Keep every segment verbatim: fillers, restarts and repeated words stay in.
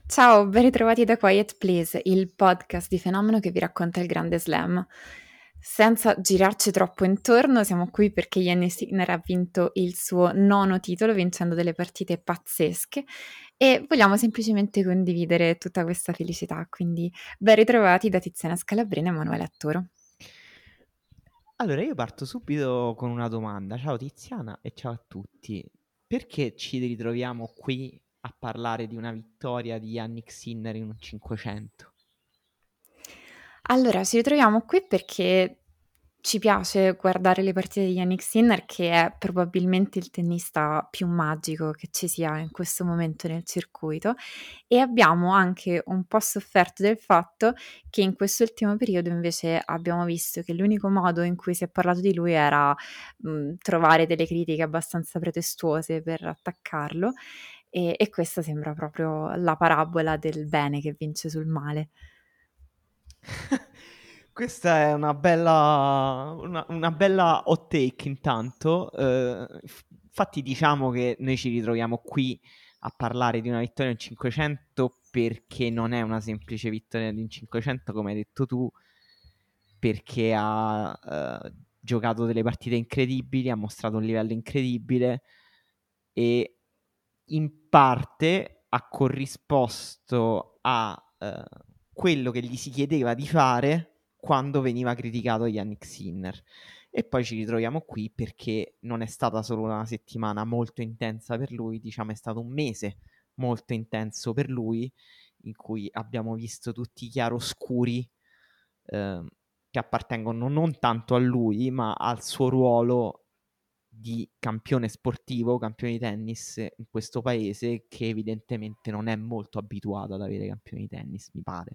Ciao, ben ritrovati da Quiet Please, il podcast di Fenomeno che vi racconta il Grande Slam. Senza girarci troppo intorno, siamo qui perché Jannik Sinner ha vinto il suo nono titolo, vincendo delle partite pazzesche, e vogliamo semplicemente condividere tutta questa felicità. Quindi ben ritrovati da Tiziana Scalabrina e Emanuele Attoro. Allora, io parto subito con una domanda. Ciao Tiziana e ciao a tutti. Perché ci ritroviamo qui a parlare di una vittoria di Yannick Sinner in un cinquecento? Allora, ci ritroviamo qui perché ci piace guardare le partite di Jannik Sinner, che è probabilmente il tennista più magico che ci sia in questo momento nel circuito, e abbiamo anche un po' sofferto del fatto che in quest'ultimo periodo invece abbiamo visto che l'unico modo in cui si è parlato di lui era mh, trovare delle critiche abbastanza pretestuose per attaccarlo, e, e questa sembra proprio la parabola del bene che vince sul male. Questa è una bella, una, una bella hot take intanto. Eh, f- infatti diciamo che noi ci ritroviamo qui a parlare di una vittoria in cinquecento perché non è una semplice vittoria in cinquecento, come hai detto tu, perché ha eh, giocato delle partite incredibili, ha mostrato un livello incredibile e in parte ha corrisposto a eh, quello che gli si chiedeva di fare quando veniva criticato Yannick Sinner. E poi ci ritroviamo qui perché non è stata solo una settimana molto intensa per lui, diciamo è stato un mese molto intenso per lui, in cui abbiamo visto tutti i chiaroscuri eh, che appartengono non tanto a lui, ma al suo ruolo di campione sportivo, campione di tennis in questo paese che evidentemente non è molto abituato ad avere campioni di tennis, mi pare.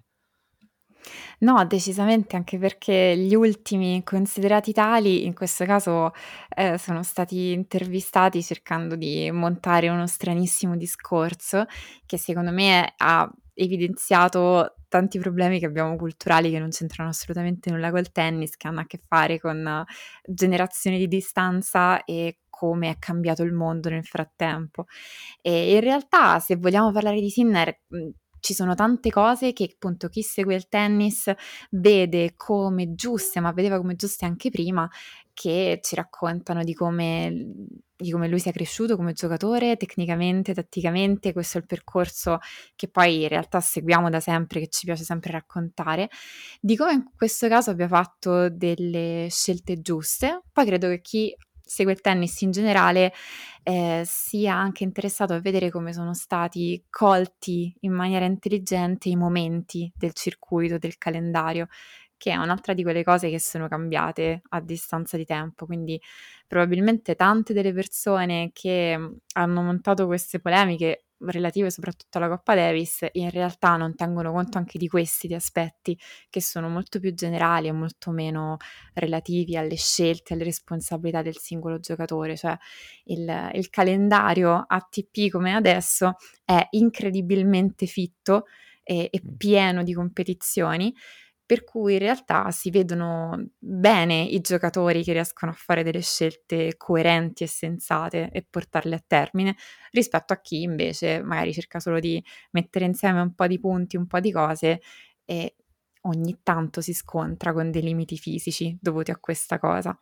No, decisamente, anche perché gli ultimi considerati tali, in questo caso, ehm, sono stati intervistati cercando di montare uno stranissimo discorso, che secondo me ha evidenziato tanti problemi che abbiamo culturali che non c'entrano assolutamente nulla col tennis, che hanno a che fare con eh, generazioni di distanza e come è cambiato il mondo nel frattempo. E in realtà, se vogliamo parlare di Sinner, mhmm, ci sono tante cose che appunto chi segue il tennis vede come giuste, ma vedeva come giuste anche prima, che ci raccontano di come l di come lui sia cresciuto come giocatore, tecnicamente, tatticamente. Questo è il percorso che poi in realtà seguiamo da sempre, che ci piace sempre raccontare, di come in questo caso abbia fatto delle scelte giuste. Poi credo che chi segue il tennis in generale ehm, sia anche interessato a vedere come sono stati colti in maniera intelligente i momenti del circuito, del calendario, che è un'altra di quelle cose che sono cambiate a distanza di tempo. Quindi probabilmente tante delle persone che, mhmm, hanno montato queste polemiche relative soprattutto alla Coppa Davis, in realtà non tengono conto anche di questi di aspetti, che sono molto più generali e molto meno relativi alle scelte, alle responsabilità del singolo giocatore. Cioè il il calendario A T P come adesso è incredibilmente fitto e e Mm. pieno di competizioni, per cui in realtà si vedono bene i giocatori che riescono a fare delle scelte coerenti e sensate e portarle a termine, rispetto a chi invece magari cerca solo di mettere insieme un po' di punti, un po' di cose, e ogni tanto si scontra con dei limiti fisici dovuti a questa cosa.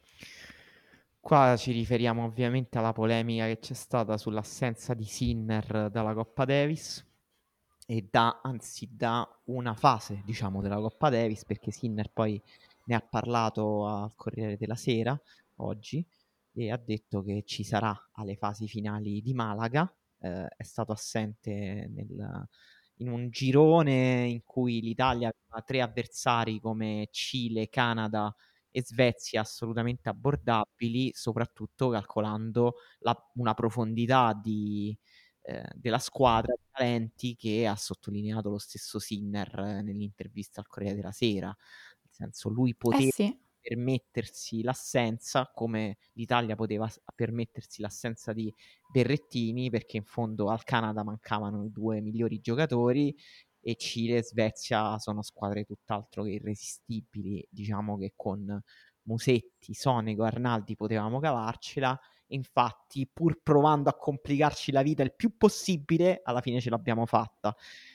Qua ci riferiamo ovviamente alla polemica che c'è stata sull'assenza di Sinner dalla Coppa Davis e da, anzi da una fase, diciamo, della Coppa Davis, perché Sinner poi ne ha parlato al Corriere della Sera oggi e ha detto che ci sarà alle fasi finali di Malaga. Eh, è stato assente nel- in un girone in cui l'Italia aveva tre avversari come Cile, Canada e Svezia assolutamente abbordabili, soprattutto calcolando la- una profondità di eh, della squadra di talenti che ha sottolineato lo stesso Sinner eh, nell'intervista al Corriere della Sera. Nel senso, lui Eh poteva sì. permettersi l'assenza, come l'Italia poteva s- permettersi l'assenza di Berrettini, perché in fondo al Canada mancavano i due migliori giocatori e Cile e Svezia sono squadre tutt'altro che irresistibili. Diciamo che con Musetti, Sonego, Arnaldi potevamo cavarcela infatti, pur provando a complicarci la vita il più possibile, alla fine ce l'abbiamo fatta.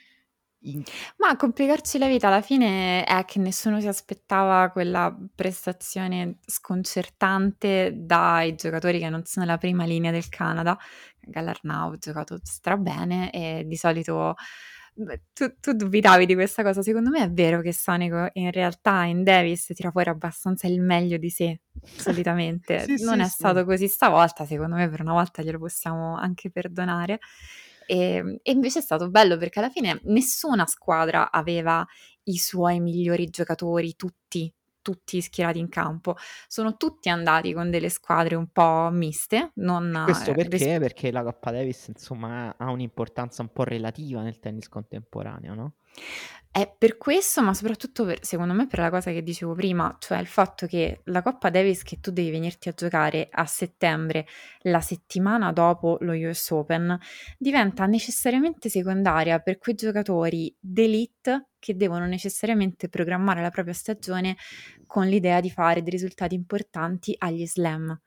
In Ma a complicarci la vita alla fine è che nessuno si aspettava quella prestazione sconcertante dai giocatori che non sono la prima linea del Canada. Gallarneau ha giocato strabene e di solito beh, tu tu dubitavi di questa cosa. Secondo me è vero che Sonego in realtà in Davis tira fuori abbastanza il meglio di sé, solitamente. Sì, Non sì, è sì. stato così stavolta, secondo me per una volta glielo possiamo anche perdonare. Ehm, e invece è stato bello perché alla fine nessuna squadra aveva i suoi migliori giocatori, tutti, tutti schierati in campo. Sono tutti andati con delle squadre un po' miste, non E questo eh, ris perché? Perché la Coppa Davis, insomma, ha ha un'importanza un po' relativa nel tennis contemporaneo, no? È per questo, ma soprattutto per secondo me per la cosa che dicevo prima, cioè il fatto che la Coppa Davis che tu devi venirti a giocare a settembre, la settimana dopo lo U S Open, diventa necessariamente secondaria per quei giocatori d'élite che devono necessariamente programmare la propria stagione con l'idea di fare dei risultati importanti agli slam.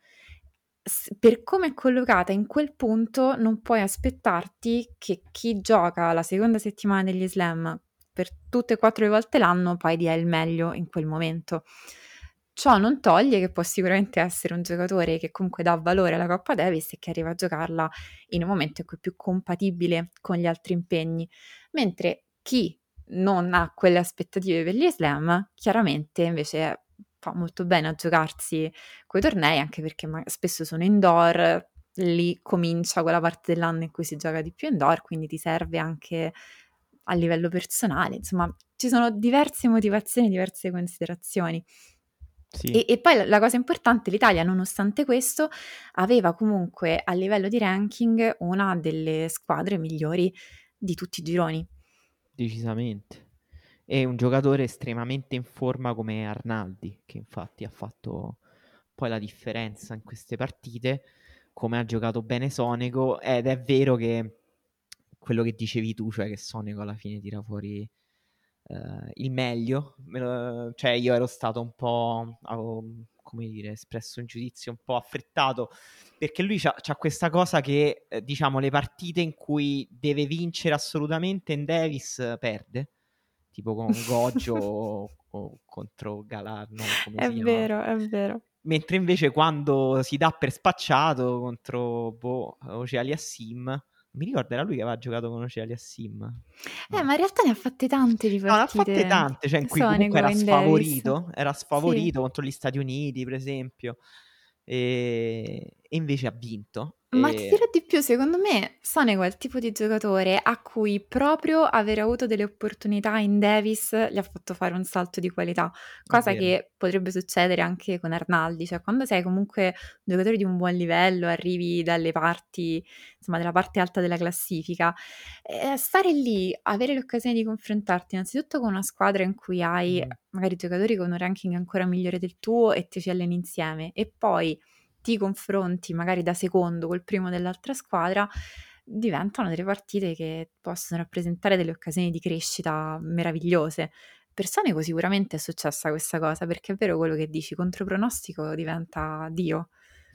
S per come è collocata in quel punto, non puoi aspettarti che chi gioca la seconda settimana degli slam per tutte e quattro le volte l'anno poi dia il meglio in quel momento. Ciò non toglie che può sicuramente essere un giocatore che comunque dà valore alla Coppa Davis e che arriva a giocarla in un momento in cui è più compatibile con gli altri impegni, mentre chi non ha quelle aspettative per gli slam, chiaramente invece fa molto bene a giocarsi quei tornei, anche perché ma spesso sono indoor, lì comincia quella parte dell'anno in cui si gioca di più indoor, quindi ti serve anche a livello personale. Insomma, ci sono diverse motivazioni, diverse considerazioni. Sì. E e poi la la cosa importante, l'Italia nonostante questo aveva comunque a livello di ranking una delle squadre migliori di tutti i gironi. Decisamente. E un giocatore estremamente in forma come Arnaldi, che infatti ha fatto poi la differenza in queste partite, come ha giocato bene Sonego, ed è vero che quello che dicevi tu, cioè che Sonego alla fine tira fuori eh, il meglio, me lo- cioè io ero stato un po', avevo, come dire, espresso un giudizio un po' affrettato, perché lui c'ha, c'ha questa cosa che, eh, diciamo, le partite in cui deve vincere assolutamente in Davis eh, perde, tipo con Goggio o, o contro Galarno, come È si chiama. vero, è vero. Mentre invece quando si dà per spacciato contro boh, Oceali Assim, non mi ricordo, era lui che aveva giocato con Oceali Assim? Eh, No. ma in realtà ne ha fatte tante di No, ne ha fatte partite tante, cioè in cui comunque Sonego era in Davis. sfavorito, era Sì. sfavorito contro gli Stati Uniti, per esempio, e, e invece ha vinto. Ma ti E... dirò di più, secondo me Sonego è il tipo di giocatore a cui proprio aver avuto delle opportunità in Davis gli ha fatto fare un salto di qualità, È cosa vero. che potrebbe succedere anche con Arnaldi, cioè quando sei comunque un giocatore di un buon livello, arrivi dalle parti, insomma, della parte alta della classifica, ehm, stare lì, avere l'occasione di confrontarti innanzitutto con una squadra in cui hai Mm. magari giocatori con un ranking ancora migliore del tuo e ti ci alleni insieme e poi ti confronti magari da secondo col primo dell'altra squadra, diventano delle partite che possono rappresentare delle occasioni di crescita meravigliose. Per Sonico sicuramente è successa questa cosa, perché è vero quello che dici, contro pronostico diventa Dio.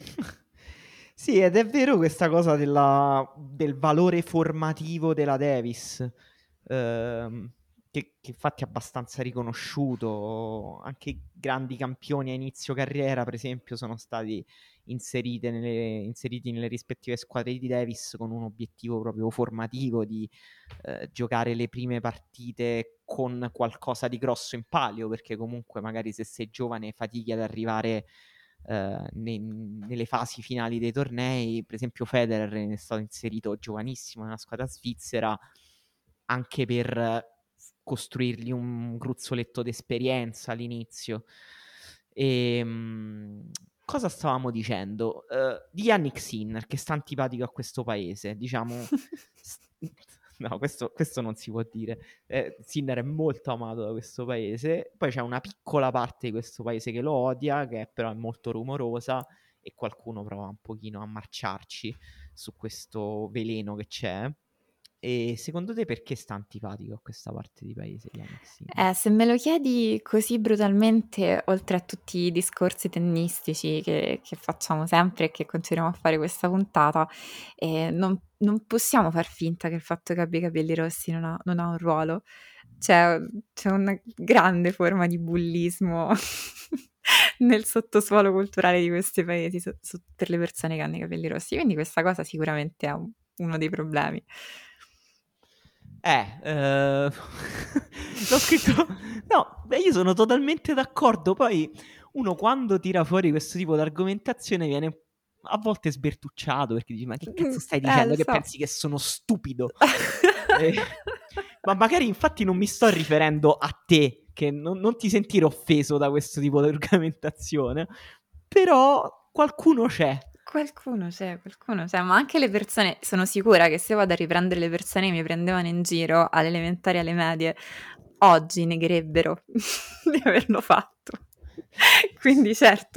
Sì, ed è vero questa cosa della- del valore formativo della Davis, ehm, che, che infatti è abbastanza riconosciuto. Anche grandi campioni a inizio carriera, per esempio, sono stati inserite nelle- inseriti nelle rispettive squadre di Davis con un obiettivo proprio formativo di eh, giocare le prime partite con qualcosa di grosso in palio, perché comunque magari se sei giovane fatichi ad arrivare eh, nei- nelle fasi finali dei tornei. Per esempio Federer è stato inserito giovanissimo nella squadra svizzera anche per eh, costruirgli un gruzzoletto d'esperienza all'inizio. E, mh, cosa stavamo dicendo? Uh, di Yannick Sinner, che sta antipatico a questo paese, diciamo... st- No, questo, questo non si può dire. Eh, Sinner è molto amato da questo paese. Poi c'è una piccola parte di questo paese che lo odia, che però è molto rumorosa, e qualcuno prova un pochino a marciarci su questo veleno che c'è. E secondo te perché sta antipatico a questa parte di paese Jannik Sinner? Eh, se me lo chiedi così brutalmente, oltre a tutti i discorsi tennistici che che facciamo sempre e che continuiamo a fare questa puntata, ehm, non non possiamo far finta che il fatto che abbia i capelli rossi non ha non ha un ruolo. C'è c'è una grande forma di bullismo nel sottosuolo culturale di questi paesi su su per le persone che hanno i capelli rossi, quindi questa cosa sicuramente è un uno dei problemi. Eh, ehm, l'ho scritto no, beh, io sono totalmente d'accordo. Poi uno quando tira fuori questo tipo d'argomentazione viene a volte sbertucciato perché dici: "Ma che Mh, cazzo stai eh, lo dicendo? Che so. pensi che sono stupido?" E ma magari infatti non mi sto riferendo a te, che non non ti sentire offeso da questo tipo di argomentazione, però qualcuno c'è. Qualcuno c'è, qualcuno c'è, ma anche le persone sono sicura che se vado a riprendere le persone che mi prendevano in giro alle elementari e alle medie, oggi negherebbero di averlo fatto. S Quindi certo,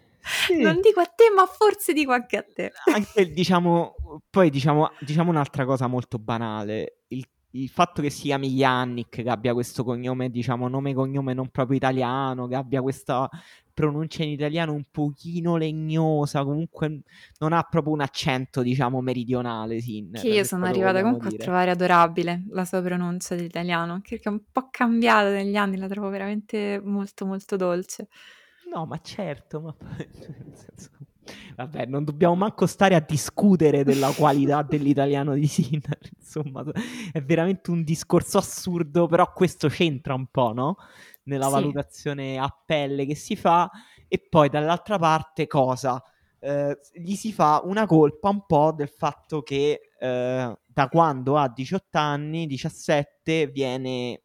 non sì. dico a te, ma forse dico anche a te. Anche diciamo uhm, poi diciamo diciamo un'altra cosa molto banale, il il fatto che si chiami Jannik, che abbia questo cognome, diciamo nome e cognome non proprio italiano, che abbia questa pronuncia in italiano un pochino legnosa, comunque n non ha proprio un accento diciamo meridionale Che Sinner, io se sono proprio arrivata vogliamo comunque a dire. trovare adorabile la sua pronuncia dell'italiano, anche perché è un po' cambiata negli anni, la trovo veramente molto, molto dolce. No, ma certo, ma poi cioè nel senso vabbè, non dobbiamo manco stare a discutere della qualità dell'italiano di Sinner, insomma, è veramente un discorso assurdo, però questo c'entra un po', no, nella Sì. valutazione a pelle che si fa. E poi dall'altra parte cosa? Ehm, s gli si fa una colpa un po' del fatto che, ehm, da quando ha diciotto anni, diciassette, viene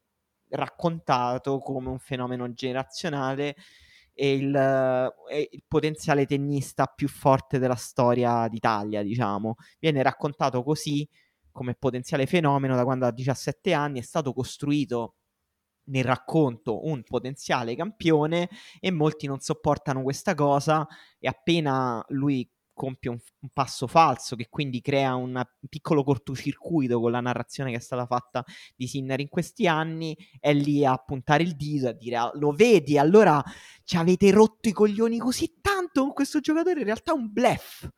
raccontato come un fenomeno generazionale e il e il potenziale tennista più forte della storia d'Italia, diciamo. Viene raccontato così, come potenziale fenomeno, da quando ha diciassette anni, è stato costruito nel racconto un potenziale campione e molti non sopportano questa cosa e appena lui compie un f un passo falso, che quindi crea una un piccolo cortocircuito con la narrazione che è stata fatta di Sinner in questi anni, è lì a puntare il dito e a dire: "Ah, lo vedi? Allora ci avete rotto i coglioni così tanto con questo giocatore, in realtà è un bluff."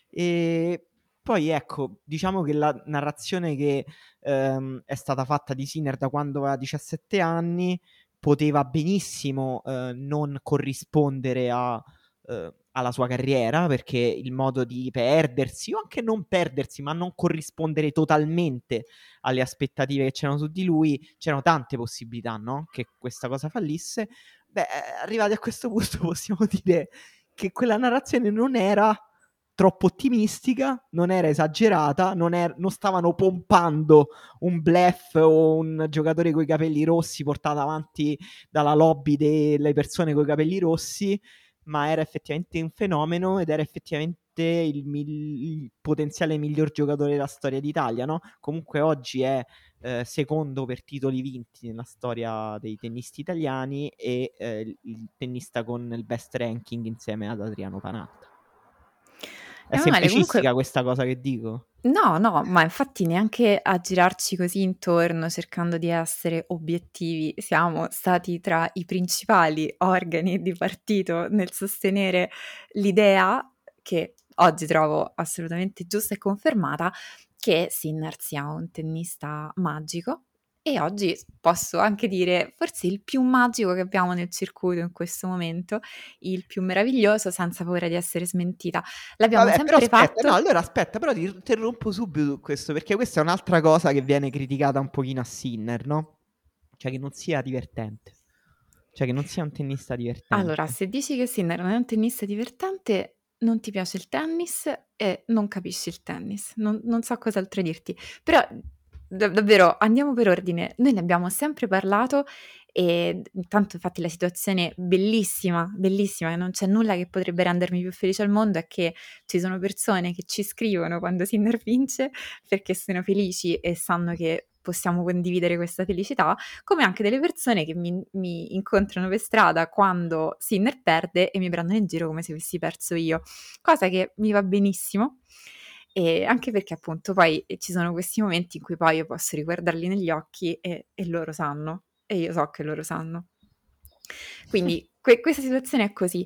Ehm, poi ecco, diciamo che la narrazione che ehm, è stata fatta di Sinner da quando aveva diciassette anni, poteva benissimo, ehm, non corrispondere a ehm, alla sua carriera, perché il modo di perdersi o anche non perdersi, ma non corrispondere totalmente alle aspettative che c'erano su di lui, c'erano tante possibilità, no, che questa cosa fallisse. Beh, ehm, arrivati a questo punto possiamo dire che quella narrazione non era troppo ottimistica, non era esagerata, non er non stavano pompando un bluff o un giocatore coi capelli rossi portato avanti dalla lobby delle persone coi capelli rossi, ma era effettivamente un fenomeno ed era effettivamente il mil il potenziale miglior giocatore della storia d'Italia, no, comunque oggi è, ehm, secondo per titoli vinti nella storia dei tennisti italiani e, ehm, il il tennista con il best ranking insieme ad Adriano Panatta. È Emanuele, semplicistica comunque questa cosa che dico? no, no, ma infatti neanche a girarci così intorno cercando di essere obiettivi, siamo stati tra i principali organi di partito nel sostenere l'idea, che oggi trovo assolutamente giusta e confermata, che Sinner sia un tennista magico e oggi s posso anche dire forse il più magico che abbiamo nel circuito in questo momento, il più meraviglioso senza paura di essere smentita. L'abbiamo Vabbè, però sempre aspetta, no, fatto. allora aspetta, però ti interrompo subito su questo, perché questa è un'altra cosa che viene criticata un pochino a Sinner, no, cioè che non sia divertente, cioè che non sia un tennista Allora, divertente. se dici che Sinner non è un tennista divertente, non ti piace il tennis e non capisci il tennis. Non non so cos'altro dirti. Però da davvero andiamo per ordine. Noi ne abbiamo sempre parlato e d intanto infatti la situazione bellissima, bellissima, e non c'è nulla che potrebbe rendermi più felice al mondo, è che ci sono persone che ci scrivono quando Sinner vince perché sono felici e sanno che possiamo condividere questa felicità, come anche delle persone che mi mi incontrano per strada quando Sinner perde e mi prendono in giro come se avessi perso io, cosa che mi va benissimo. E anche perché appunto poi ci sono questi momenti in cui poi io posso riguardarli negli occhi e, e loro sanno, e io so che loro sanno. Quindi que- questa situazione è così.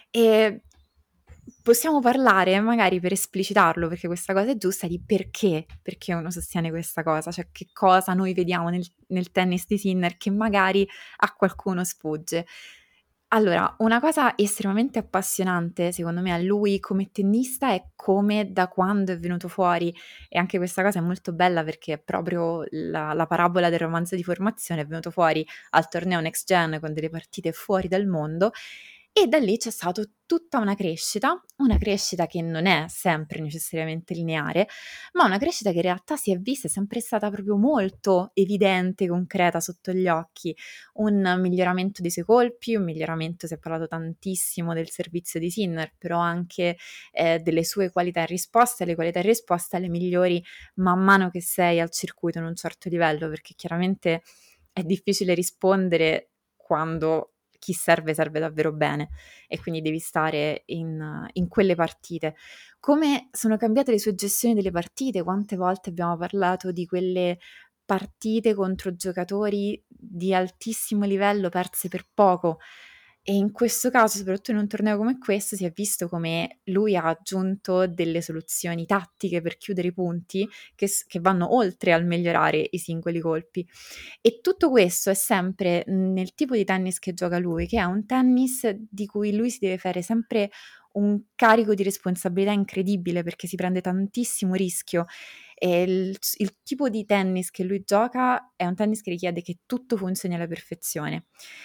E possiamo parlare, magari per esplicitarlo, perché questa cosa è giusta, di perché, perché uno sostiene questa cosa, cioè che cosa noi vediamo nel, nel tennis di Sinner che magari a qualcuno sfugge. Allora, una cosa estremamente appassionante, secondo me, a lui come tennista è come da quando è venuto fuori, e anche questa cosa è molto bella perché è proprio la, la parabola del romanzo di formazione, è venuto fuori al torneo Next Gen con delle partite fuori dal mondo e da lì c'è stata tutta una crescita, una crescita che non è sempre necessariamente lineare, ma una crescita che in realtà si è vista, è sempre stata proprio molto evidente, concreta sotto gli occhi, un miglioramento dei suoi colpi, un miglioramento, si è parlato tantissimo del servizio di Sinner, però anche eh, delle sue qualità in risposta, le qualità in risposta le migliori man mano che sei al circuito in un certo livello, perché chiaramente è difficile rispondere quando chi serve serve davvero bene e quindi devi stare in, in quelle partite. Come sono cambiate le sue gestioni delle partite? Quante volte abbiamo parlato di quelle partite contro giocatori di altissimo livello perse per poco? E in questo caso, soprattutto in un torneo come questo, si è visto come lui ha aggiunto delle soluzioni tattiche per chiudere i punti che, s- che vanno oltre al migliorare i singoli colpi. E tutto questo è sempre nel tipo di tennis che gioca lui, che è un tennis di cui lui si deve fare sempre un carico di responsabilità incredibile perché si prende tantissimo rischio. E il, il tipo di tennis che lui gioca è un tennis che richiede che tutto funzioni alla perfezione.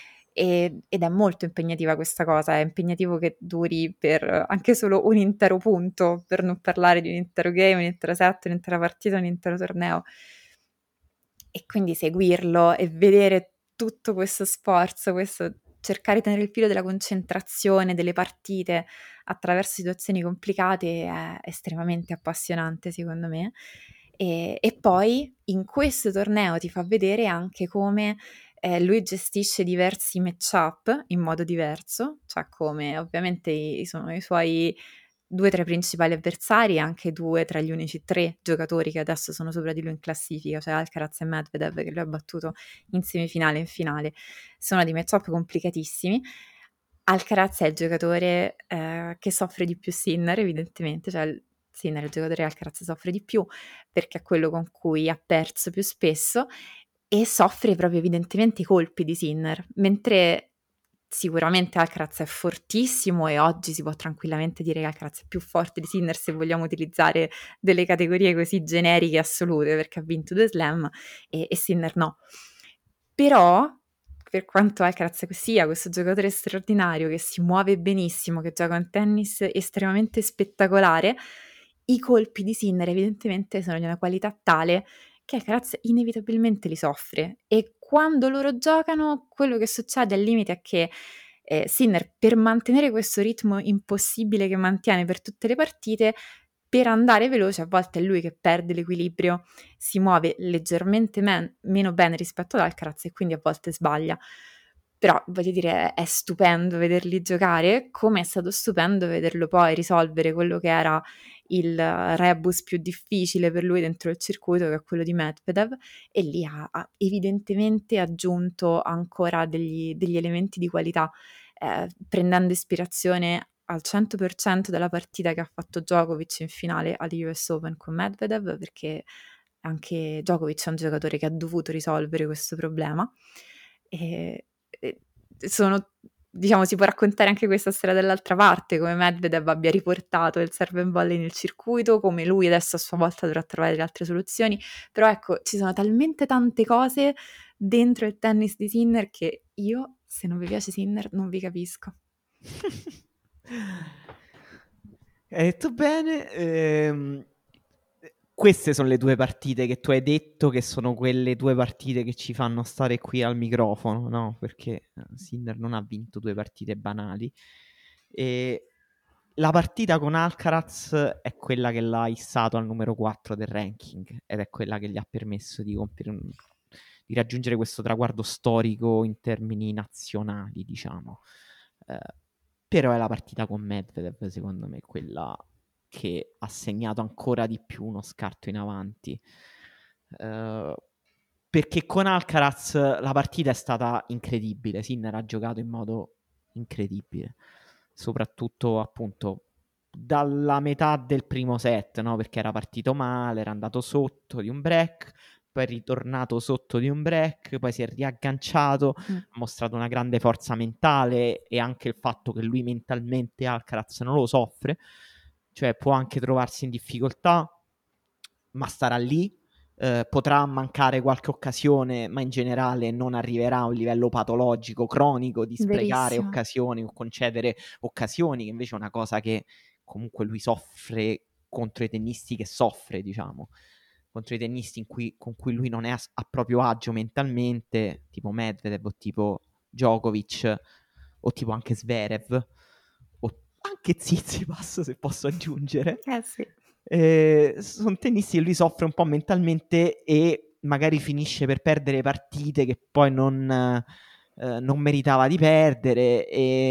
E- ed è molto impegnativa questa cosa, è impegnativo che duri per anche solo un intero punto, per non parlare di un intero game, un intero set, un'intera partita, un intero torneo. E quindi seguirlo e vedere tutto questo sforzo, questo cercare di tenere il filo della concentrazione, delle partite attraverso situazioni complicate è estremamente appassionante secondo me. E, e poi in questo torneo ti fa vedere anche come eh, lui gestisce diversi match-up in modo diverso, cioè come ovviamente i, sono i suoi due tra i principali avversari e anche due tra gli unici tre giocatori che adesso sono sopra di lui in classifica, cioè Alcaraz e Medvedev che lui ha battuto in semifinale e in finale. Sono dei matchup complicatissimi. Alcaraz è il giocatore eh, che soffre di più Sinner, evidentemente, cioè il- Sinner è il giocatore che Alcaraz soffre di più perché è quello con cui ha perso più spesso e soffre proprio evidentemente i colpi di Sinner, mentre sicuramente Alcaraz è fortissimo e oggi si può tranquillamente dire che Alcaraz è più forte di Sinner se vogliamo utilizzare delle categorie così generiche e assolute, perché ha vinto due slam e, e Sinner no. Però, per quanto Alcaraz sia questo giocatore straordinario che si muove benissimo, che gioca un tennis estremamente spettacolare, i colpi di Sinner evidentemente sono di una qualità tale che Alcaraz inevitabilmente li soffre e quando loro giocano quello che succede al limite è che eh, Sinner per mantenere questo ritmo impossibile che mantiene per tutte le partite, per andare veloce a volte è lui che perde l'equilibrio, si muove leggermente men- meno bene rispetto ad Alcaraz e quindi a volte sbaglia. Però voglio dire, è stupendo vederli giocare, come è stato stupendo vederlo poi risolvere quello che era il rebus più difficile per lui dentro il circuito, che è quello di Medvedev, e lì ha, ha evidentemente aggiunto ancora degli, degli elementi di qualità, eh, prendendo ispirazione al cento per cento dalla partita che ha fatto Djokovic in finale agli U S Open con Medvedev, perché anche Djokovic è un giocatore che ha dovuto risolvere questo problema. E, e sono, diciamo, si può raccontare anche questa storia dall'altra parte, come Medvedev abbia riportato il serve and volley nel circuito, come lui adesso a sua volta dovrà trovare le altre soluzioni, però ecco, ci sono talmente tante cose dentro il tennis di Sinner che io, se non vi piace Sinner, non vi capisco. Hai detto bene. Ehm, queste sono le due partite che tu hai detto che sono quelle due partite che ci fanno stare qui al microfono, no? Perché eh, Sinner non ha vinto due partite banali. E la partita con Alcaraz è quella che l'ha issato al numero quattro del ranking ed è quella che gli ha permesso di compiere un- di raggiungere questo traguardo storico in termini nazionali, diciamo. Eh, però è la partita con Medvedev, secondo me, quella che ha segnato ancora di più uno scarto in avanti. Uh, perché con Alcaraz la partita è stata incredibile. Sinner ha giocato in modo incredibile, soprattutto appunto dalla metà del primo set, no? Perché era partito male, era andato sotto di un break, poi è ritornato sotto di un break, poi si è riagganciato, Mm. ha mostrato una grande forza mentale, e anche il fatto che lui mentalmente Alcaraz non lo soffre, cioè può anche trovarsi in difficoltà, ma starà lì. Uh, potrà mancare qualche occasione, ma in generale non arriverà a un livello patologico, cronico, di sprecare Verissimo. occasioni o concedere occasioni, che invece è una cosa che comunque lui soffre contro i tennisti che soffre, diciamo, contro i tennisti in cui, con cui lui non è a, a proprio agio mentalmente, tipo Medvedev o tipo Djokovic o tipo anche Zverev o anche Tsitsipas, se posso aggiungere. Eh sì. Eh, sono tennisti che lui soffre un po' mentalmente e magari finisce per perdere partite che poi non, eh, non meritava di perdere,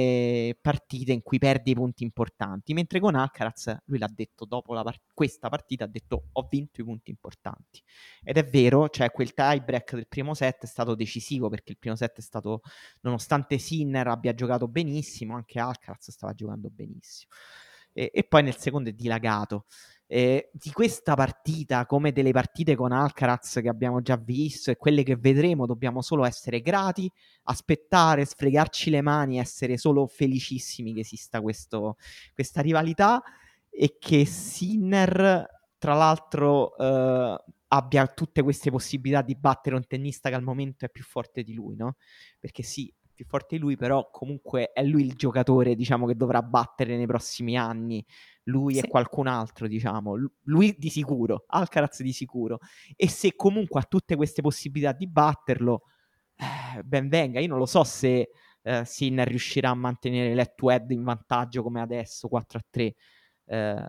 e partite in cui perde i punti importanti, mentre con Alcaraz lui l'ha detto dopo la part- questa partita, ha detto ho vinto i punti importanti, ed è vero, cioè quel tie break del primo set è stato decisivo, perché il primo set è stato, nonostante Sinner abbia giocato benissimo, anche Alcaraz stava giocando benissimo, e, e poi nel secondo è dilagato. Eh, di questa partita, come delle partite con Alcaraz che abbiamo già visto e quelle che vedremo, dobbiamo solo essere grati, aspettare, sfregarci le mani, essere solo felicissimi che esista questo, questa rivalità, e che Sinner, tra l'altro, eh, abbia tutte queste possibilità di battere un tennista che al momento è più forte di lui, no? Perché sì, è più forte di lui, però comunque è lui il giocatore, diciamo, che dovrà battere nei prossimi anni. Lui e Sì. qualcun altro, diciamo, lui di sicuro, Alcaraz di sicuro, e se comunque ha tutte queste possibilità di batterlo, eh, ben venga. Io non lo so se eh, Sinner riuscirà a mantenere l'head to head in vantaggio come adesso, quattro a tre, eh,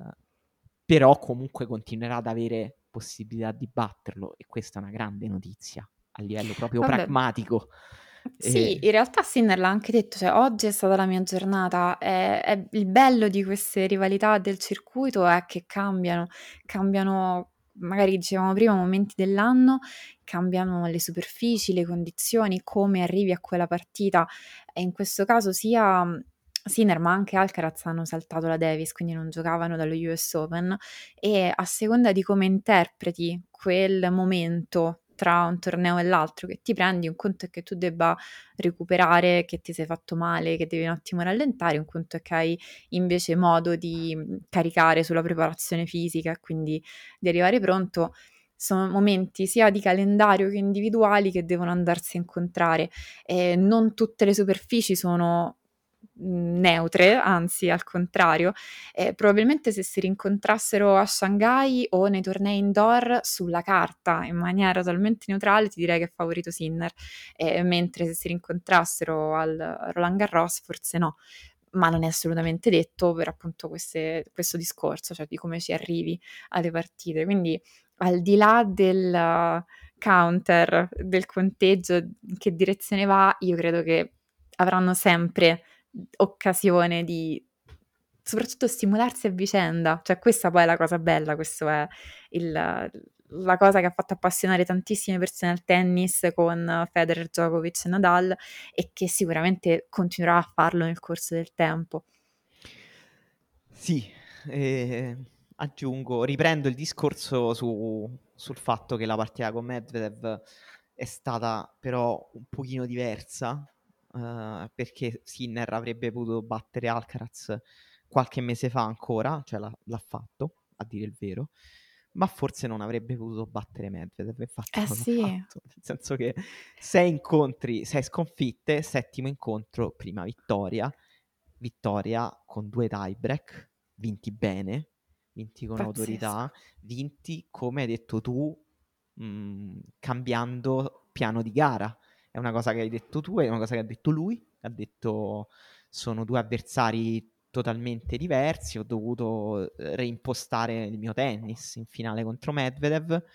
però comunque continuerà ad avere possibilità di batterlo, e questa è una grande notizia a livello proprio Vabbè. pragmatico. Sì, E... in realtà Sinner l'ha anche detto, cioè oggi è stata la mia giornata, è, è il bello di queste rivalità del circuito è che cambiano, cambiano, magari dicevamo prima, momenti dell'anno, cambiano le superfici, le condizioni, come arrivi a quella partita, e in questo caso sia Sinner ma anche Alcaraz hanno saltato la Davis, quindi non giocavano dallo U S Open, e a seconda di come interpreti quel momento tra un torneo e l'altro che ti prendi, un conto è che tu debba recuperare, che ti sei fatto male, che devi un attimo rallentare, un conto è che hai invece modo di caricare sulla preparazione fisica e quindi di arrivare pronto. Sono momenti sia di calendario che individuali che devono andarsi a incontrare, e non tutte le superfici sono neutre, anzi al contrario, eh, probabilmente se si rincontrassero a Shanghai o nei tornei indoor sulla carta in maniera talmente neutrale ti direi che è favorito Sinner, eh, mentre se si rincontrassero al Roland Garros forse no, ma non è assolutamente detto per appunto queste, questo discorso, cioè di come ci arrivi alle partite, quindi al di là del counter, del conteggio, in che direzione va, io credo che avranno sempre occasione di soprattutto stimolarsi a vicenda, cioè questa poi è la cosa bella, questo è il, la cosa che ha fatto appassionare tantissime persone al tennis con Federer, Djokovic e Nadal, e che sicuramente continuerà a farlo nel corso del tempo. Sì, eh, aggiungo, riprendo il discorso su, sul fatto che la partita con Medvedev è stata però un pochino diversa, eh, perché Sinner avrebbe potuto battere Alcaraz qualche mese fa ancora, cioè l'ha, l'ha fatto, a dire il vero, ma forse non avrebbe potuto battere Medvedev, infatti Eh non l'ha sì, fatto, nel senso che sei incontri, sei sconfitte, settimo incontro, prima vittoria, vittoria con due tiebreak, vinti bene, vinti con pazzesco. autorità, vinti come hai detto tu, mh, cambiando piano di gara. È una cosa che hai detto tu, è una cosa che ha detto lui, ha detto sono due avversari totalmente diversi, ho dovuto eh, reimpostare il mio tennis in finale contro Medvedev,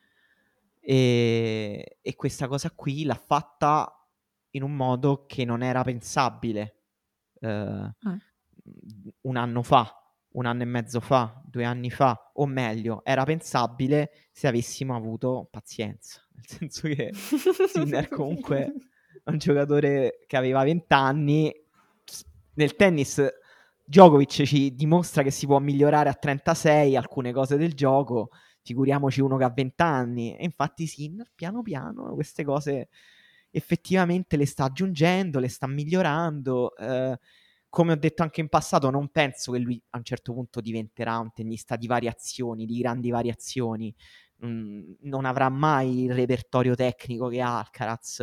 e, e questa cosa qui l'ha fatta in un modo che non era pensabile eh, Mm. un anno fa, un anno e mezzo fa, due anni fa, o meglio, era pensabile se avessimo avuto pazienza. Nel senso che Sinner comunque è un giocatore che aveva venti anni. Nel tennis Djokovic ci dimostra che si può migliorare a trentasei alcune cose del gioco, figuriamoci uno che ha venti anni. E infatti Sinner piano piano queste cose effettivamente le sta aggiungendo, le sta migliorando. Eh, come ho detto anche in passato, non penso che lui a un certo punto diventerà un tennista di variazioni, di grandi variazioni. Mm, non avrà mai il repertorio tecnico che ha Alcaraz,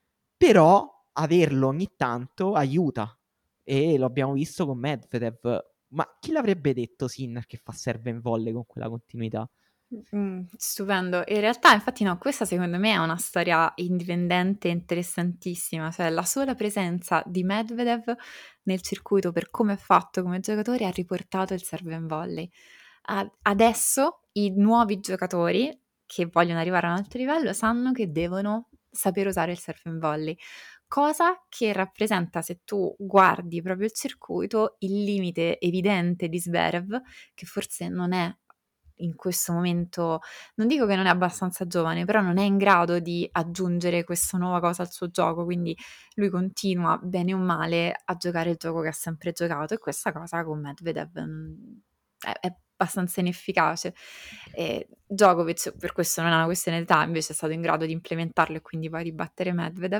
però averlo ogni tanto aiuta, e lo abbiamo visto con Medvedev. Ma chi l'avrebbe detto Sinner che fa serve in volley con quella continuità? Mh, stupendo. In realtà infatti no, questa secondo me è una storia indipendente interessantissima, cioè la sola presenza di Medvedev nel circuito per come è fatto come giocatore ha riportato il serve and volley. A adesso i nuovi giocatori che vogliono arrivare a un alto livello sanno che devono saper usare il serve and volley, cosa che rappresenta, se tu guardi proprio il circuito, il limite evidente di Zverev, che forse non è in questo momento, non dico che non è abbastanza giovane, però non è in grado di aggiungere questa nuova cosa al suo gioco, quindi lui continua, bene o male, a giocare il gioco che ha sempre giocato, e questa cosa con Medvedev mhmm, è è abbastanza inefficace. Ehm, Djokovic per questo non è una questione d'età, invece è stato in grado di implementarlo e quindi poi di battere Medvedev.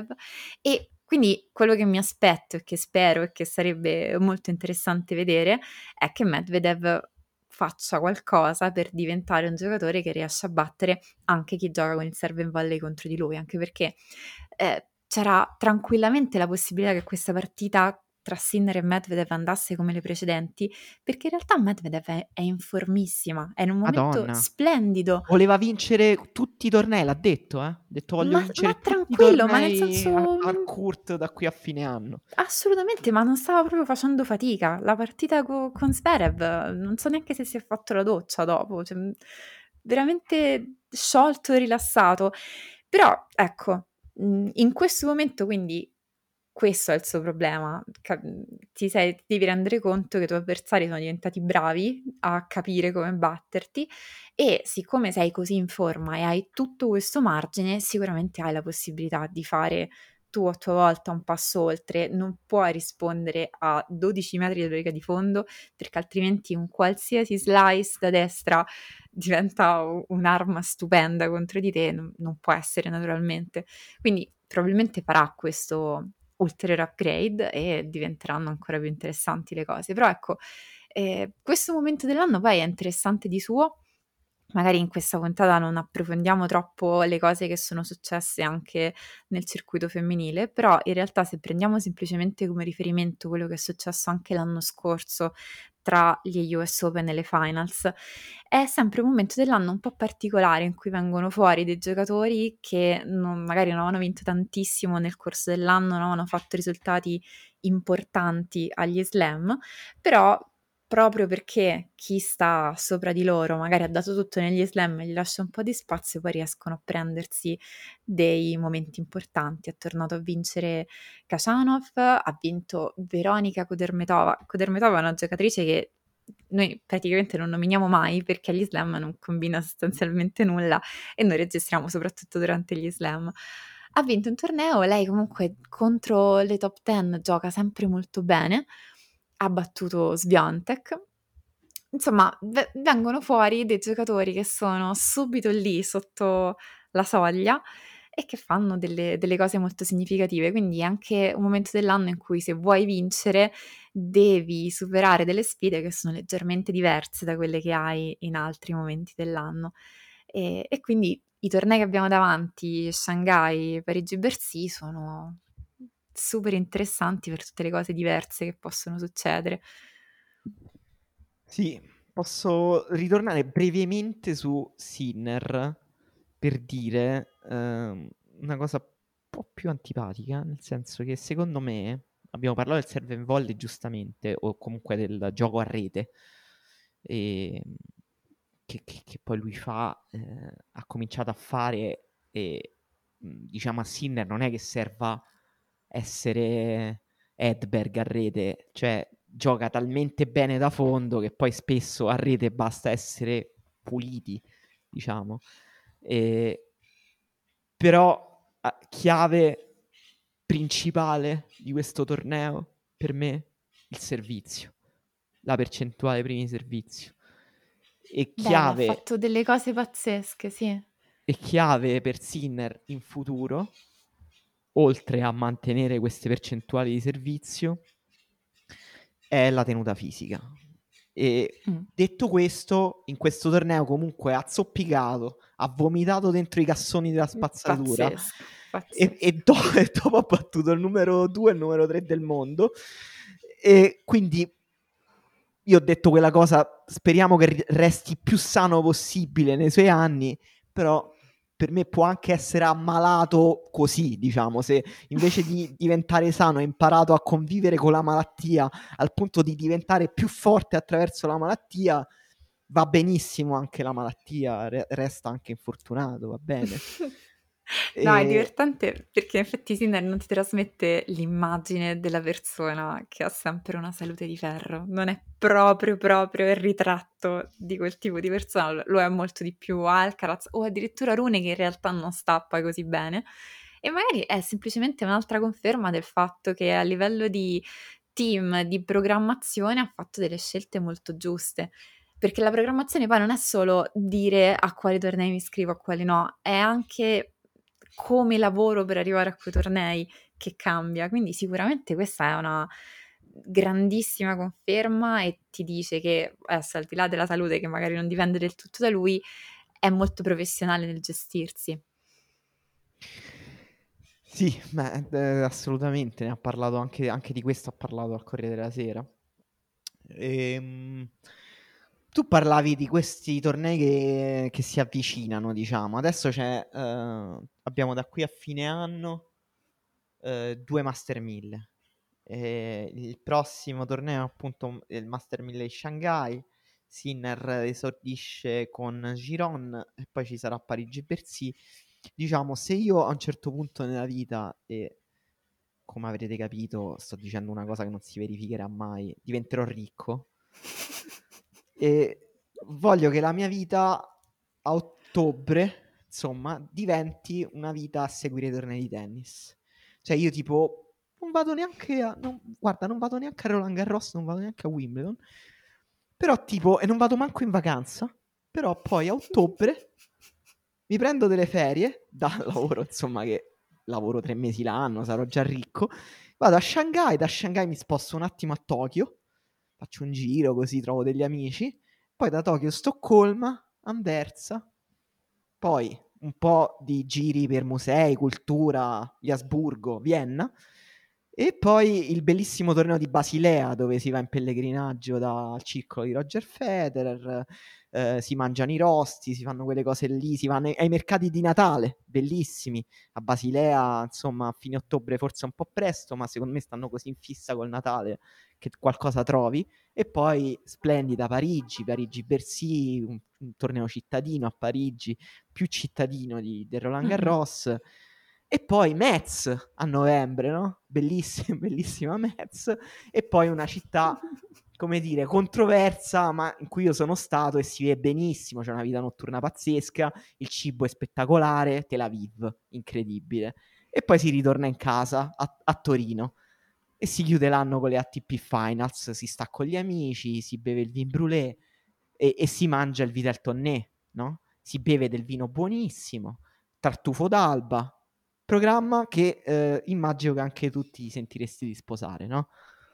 E quindi quello che mi aspetto e che spero e che sarebbe molto interessante vedere è che Medvedev faccia qualcosa per diventare un giocatore che riesce a battere anche chi gioca con il serve and volley contro di lui, anche perché, ehm, c'era tranquillamente la possibilità che questa partita tra Sinner e Medvedev andasse come le precedenti, perché in realtà Medvedev è è in formissima, è in un momento Madonna. splendido. Voleva vincere tutti i tornei, l'ha detto, eh? Ha detto voglio Ma ma vincere tutti i tranquillo, ma nel tornei senso a non Harcourt da qui a fine anno. assolutamente, ma non stava proprio facendo fatica. La partita co con Zverev, non so neanche se si è fatto la doccia dopo, cioè, mhmm, veramente sciolto e rilassato. Però, ecco, mhmm, in questo momento quindi questo è il suo problema. Ca mhmm, ti sei ti devi rendere conto che i tuoi avversari sono diventati bravi a capire come batterti, e siccome sei così in forma e hai tutto questo margine, sicuramente hai la possibilità di fare tu a tua volta un passo oltre. Non puoi rispondere a dodici metri di riga di fondo, perché altrimenti un qualsiasi slice da destra diventa u un'arma stupenda contro di te, non non può essere naturalmente. Quindi probabilmente farà questo ulteriore upgrade e diventeranno ancora più interessanti le cose. Però ecco, ehm, questo momento dell'anno poi è interessante di suo. Magari in questa puntata non approfondiamo troppo le cose che sono successe anche nel circuito femminile, però in realtà se prendiamo semplicemente come riferimento quello che è successo anche l'anno scorso tra gli U S Open e le finals, è sempre un momento dell'anno un po' particolare in cui vengono fuori dei giocatori che non magari non avevano vinto tantissimo nel corso dell'anno, non avevano fatto risultati importanti agli slam, però proprio perché chi sta sopra di loro magari ha dato tutto negli slam e gli lascia un po' di spazio, poi riescono a prendersi dei momenti importanti. È tornato a vincere Khachanov, ha vinto Veronika Kudermetova. Kudermetova è una giocatrice che noi praticamente non nominiamo mai perché agli slam non combina sostanzialmente nulla e noi registriamo soprattutto durante gli slam. Ha vinto un torneo, lei comunque contro le top dieci gioca sempre molto bene, ha battuto Swiatek. Insomma, ve vengono fuori dei giocatori che sono subito lì sotto la soglia e che fanno delle delle cose molto significative. Quindi è anche un momento dell'anno in cui se vuoi vincere devi superare delle sfide che sono leggermente diverse da quelle che hai in altri momenti dell'anno. E e quindi i tornei che abbiamo davanti, Shanghai, Parigi-Bercy, sono super interessanti per tutte le cose diverse che possono succedere. Sì, posso ritornare brevemente su Sinner per dire ehm, una cosa un po' più antipatica, nel senso che secondo me abbiamo parlato del serve and volley giustamente, o comunque del gioco a rete, e, che, che- che poi lui fa, eh, ha cominciato a fare, e mh, diciamo a Sinner non è che serva essere Edberg a rete, cioè gioca talmente bene da fondo che poi spesso a rete basta essere puliti, diciamo. E... Però a- chiave principale di questo torneo per me il servizio, la percentuale primi servizio. E Beh, ha chiave, fatto delle cose pazzesche, sì. e chiave per Sinner in futuro, oltre a mantenere queste percentuali di servizio, è la tenuta fisica. E Mm. detto questo, in questo torneo comunque ha zoppicato, ha vomitato dentro i cassoni della spazzatura Pazzesco, e, e, pazzesco. do- e dopo ha battuto il numero due e il numero tre del mondo. E quindi io ho detto quella cosa, speriamo che ri- resti più sano possibile nei suoi anni, però per me può anche essere ammalato così, diciamo, se invece di diventare sano ha imparato a convivere con la malattia al punto di diventare più forte attraverso la malattia, va benissimo anche la malattia, re- resta anche infortunato, va bene. No, è E... divertente perché in effetti Tinder non ti trasmette l'immagine della persona che ha sempre una salute di ferro, non è proprio proprio il ritratto di quel tipo di persona, lo- lo è molto di più Alcaraz o addirittura Rune che in realtà non sta poi così bene e magari è semplicemente un'altra conferma del fatto che a livello di team, di programmazione ha fatto delle scelte molto giuste. Perché la programmazione poi non è solo dire a quali tornei mi iscrivo, a quali no, è anche come lavoro per arrivare a quei tornei che cambia. Quindi sicuramente questa è una grandissima conferma e ti dice che, adesso al di là della salute che magari non dipende del tutto da lui, è molto professionale nel gestirsi. Sì, beh, eh, assolutamente, ne ha parlato anche, anche di questo, ha parlato al Corriere della Sera. Ehm, tu parlavi di questi tornei che, che si avvicinano, diciamo. Adesso c'è, eh, abbiamo da qui a fine anno eh, due Master mille. Eh, il prossimo torneo, appunto, è il Master mille di Shanghai. Sinner esordisce con Giron e poi ci sarà Parigi-Bercy. Diciamo, se io a un certo punto nella vita, e come avrete capito, sto dicendo una cosa che non si verificherà mai, diventerò ricco e voglio che la mia vita a ottobre, insomma, diventi una vita a seguire i tornei di tennis. Cioè io tipo non vado neanche a non, guarda, non vado neanche a Roland Garros, non vado neanche a Wimbledon. Però tipo e non vado manco in vacanza, però poi a ottobre mi prendo delle ferie dal lavoro, insomma, che lavoro tre mesi l'anno, sarò già ricco. Vado a Shanghai, da Shanghai mi sposto un attimo a Tokyo, faccio un giro così trovo degli amici, poi da Tokyo Stoccolma, Anversa, poi un po' di giri per musei, cultura, gli Asburgo, Vienna, e poi il bellissimo torneo di Basilea dove si va in pellegrinaggio dal circolo di Roger Federer, eh, si mangiano i rosti, si fanno quelle cose lì, si vanno ai, ai mercati di Natale, bellissimi, a Basilea, insomma, a fine ottobre forse un po' presto, ma secondo me stanno così in fissa col Natale che qualcosa trovi. E poi splendida Parigi, Parigi-Bercy, un, un torneo cittadino a Parigi, più cittadino di, del Roland Mm-mm. Garros. E poi Metz a novembre, no? Bellissima, bellissima Metz. E poi una città, come dire, controversa, ma in cui io sono stato e si vede benissimo. C'è una vita notturna pazzesca, il cibo è spettacolare, Tel Aviv, incredibile. E poi si ritorna in casa a, a Torino e si chiude l'anno con le A T P Finals, si sta con gli amici, si beve il vin brûlé e, e si mangia il Vitel Tonné, no? Si beve del vino buonissimo, tartufo d'alba, programma che eh, immagino che anche tu ti sentiresti di sposare, no?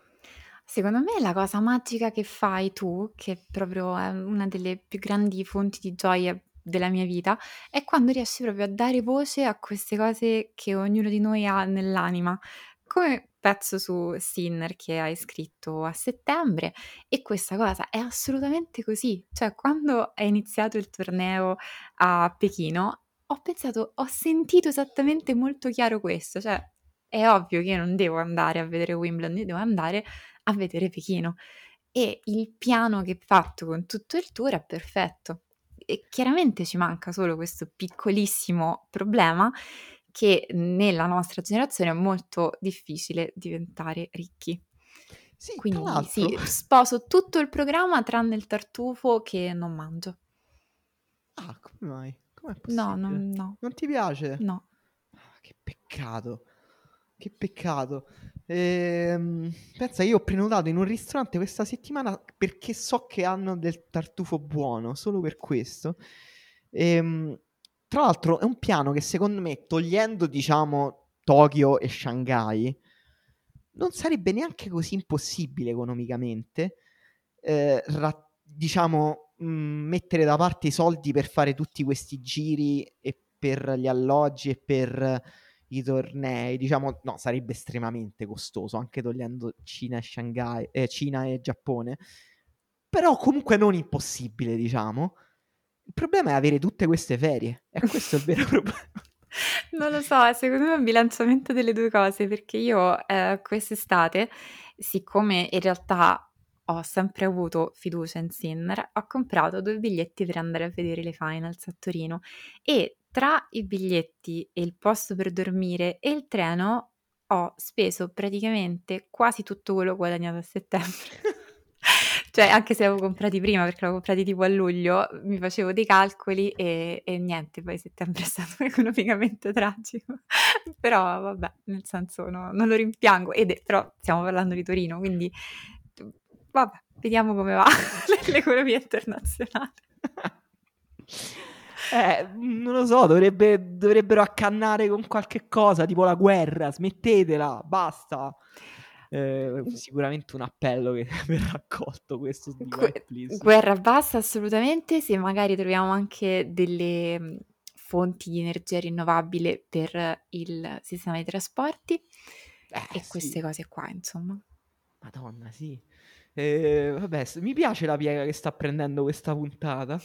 Secondo me la cosa magica che fai tu, che proprio è una delle più grandi fonti di gioia della mia vita, è quando riesci proprio a dare voce a queste cose che ognuno di noi ha nell'anima. Come pezzo su Sinner che hai scritto a settembre e questa cosa è assolutamente così. Cioè, quando è iniziato il torneo a Pechino, ho pensato, ho sentito esattamente molto chiaro questo, cioè è ovvio che io non devo andare a vedere Wimbledon, io devo andare a vedere Pechino. E il piano che hai fatto con tutto il tour è perfetto. E chiaramente ci manca solo questo piccolissimo problema che nella nostra generazione è molto difficile diventare ricchi. Sì, tra Quindi l'altro. sì, sposo tutto il programma tranne il tartufo che non mangio. Ah, come mai? Com'è No, possibile? non no. Non ti piace? No. Ah, che peccato, che peccato. Ehm, pensa, io ho prenotato in un ristorante questa settimana perché so che hanno del tartufo buono, solo per questo. Ehm, tra l'altro è un piano che secondo me, togliendo diciamo Tokyo e Shanghai, non sarebbe neanche così impossibile economicamente, eh, ra- diciamo, mh, mettere da parte i soldi per fare tutti questi giri e per gli alloggi e per i tornei. Diciamo, no, sarebbe estremamente costoso, anche togliendo Cina e Shanghai, eh, Cina e Giappone. Però comunque non impossibile, diciamo. Il problema è avere tutte queste ferie. E questo è il vero problema. Non lo so, secondo me è un bilanciamento delle due cose, perché io eh, quest'estate, siccome in realtà ho sempre avuto fiducia in Sinner, ho comprato due biglietti per andare a vedere le finals a Torino e tra i biglietti e il posto per dormire e il treno ho speso praticamente quasi tutto quello guadagnato a settembre. Cioè, anche se avevo comprati prima, perché l'avevo comprati tipo a luglio, mi facevo dei calcoli e, e niente, poi settembre è stato economicamente tragico. Però vabbè, nel senso no- non lo rimpiango, ed è- però stiamo parlando di Torino, quindi vabbè, vediamo come va l'economia internazionale. Eh, non lo so, dovrebbe- dovrebbero accannare con qualche cosa, tipo la guerra, smettetela, basta. Eh, sicuramente un appello che verrà accolto questo di Quiet Gu- Please. Guerra bassa assolutamente, se magari troviamo anche delle mh, fonti di energia rinnovabile per il sistema di trasporti Eh e sì, queste cose qua, insomma. Madonna, sì. Eh, vabbè, s- mi piace la piega che sta prendendo questa puntata.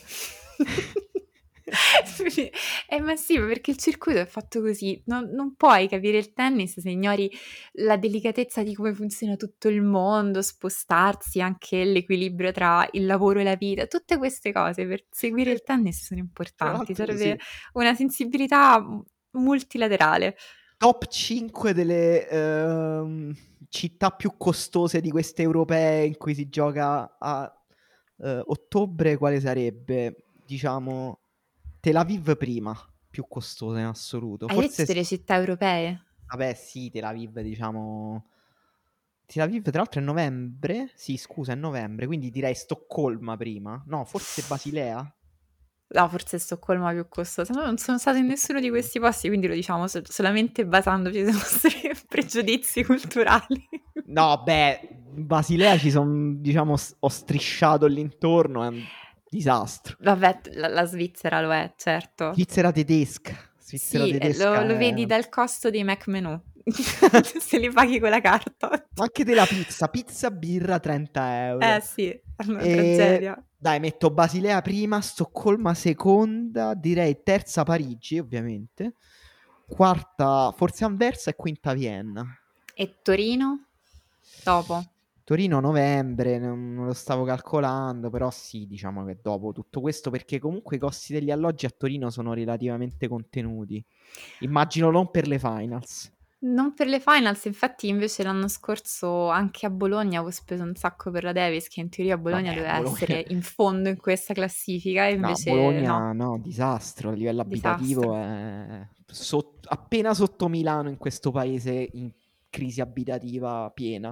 Eh, ma sì, perché il circuito è fatto così, non, non puoi capire il tennis se ignori la delicatezza di come funziona tutto il mondo, spostarsi, anche l'equilibrio tra il lavoro e la vita, tutte queste cose per seguire il tennis sono Tra importanti, l'altro, sì. serve una sensibilità m- multilaterale. Top cinque delle ehm, città più costose di queste europee in cui si gioca a eh, ottobre, quale sarebbe? Diciamo Tel Aviv prima, più costosa in assoluto. Hai detto Forse, s- delle città europee? vabbè, sì, Tel Aviv, diciamo. Tel Aviv, tra l'altro, è novembre. Sì, scusa, è novembre, quindi direi Stoccolma prima. No, forse Basilea? No, forse Stoccolma è più costosa. No, non sono stata in nessuno di Stoccolma. questi posti, quindi lo diciamo sol- solamente basandoci sui nostri pregiudizi culturali. No, beh, Basilea ci sono, diciamo, s- ho strisciato l'intorno, è un disastro. Vabbè, t- la, la Svizzera lo è, certo. Svizzera tedesca, Svizzera Sì, eh, lo, tedesca lo è... vedi dal costo dei Mac menu, se li paghi con la carta. Ma anche della pizza, pizza, birra, trenta Eh euro. sì, è una E tragedia. dai, metto Basilea prima, Stoccolma seconda, direi terza Parigi, ovviamente. Quarta forse Anversa e quinta Vienna. E Torino? Dopo. Torino novembre, non, non lo stavo calcolando, però sì, diciamo che dopo tutto questo, perché comunque i costi degli alloggi a Torino sono relativamente contenuti. Immagino non per le finals. Non per le finals, infatti invece l'anno scorso anche a Bologna avevo speso un sacco per la Davis, che in teoria Bologna Vabbè, doveva Bologna... essere in fondo in questa classifica, e No, invece no, Bologna no, disastro a livello disastro. abitativo, è sot- appena sotto Milano in questo paese in crisi abitativa piena.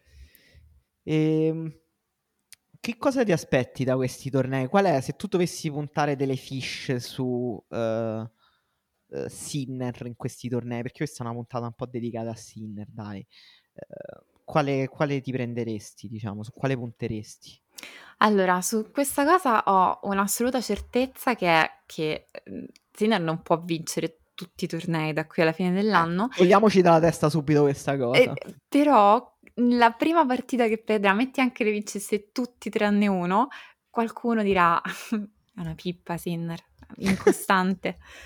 Ehm, che cosa ti aspetti da questi tornei? Qual è, se tu dovessi puntare delle fish su eh, eh, Sinner in questi tornei, perché questa è una puntata un po' dedicata a Sinner, dai. Eh, quale, quale ti prenderesti, diciamo, su quale punteresti? Allora, su questa cosa ho un'assoluta certezza che è che ehm, Sinner non può vincere tutti i tornei da qui alla fine Eh, dell'anno, togliamoci dalla testa subito questa e- cosa. però la prima partita che perderà, metti anche le vincesse tutti tranne uno, qualcuno dirà è una pippa Sinner, incostante.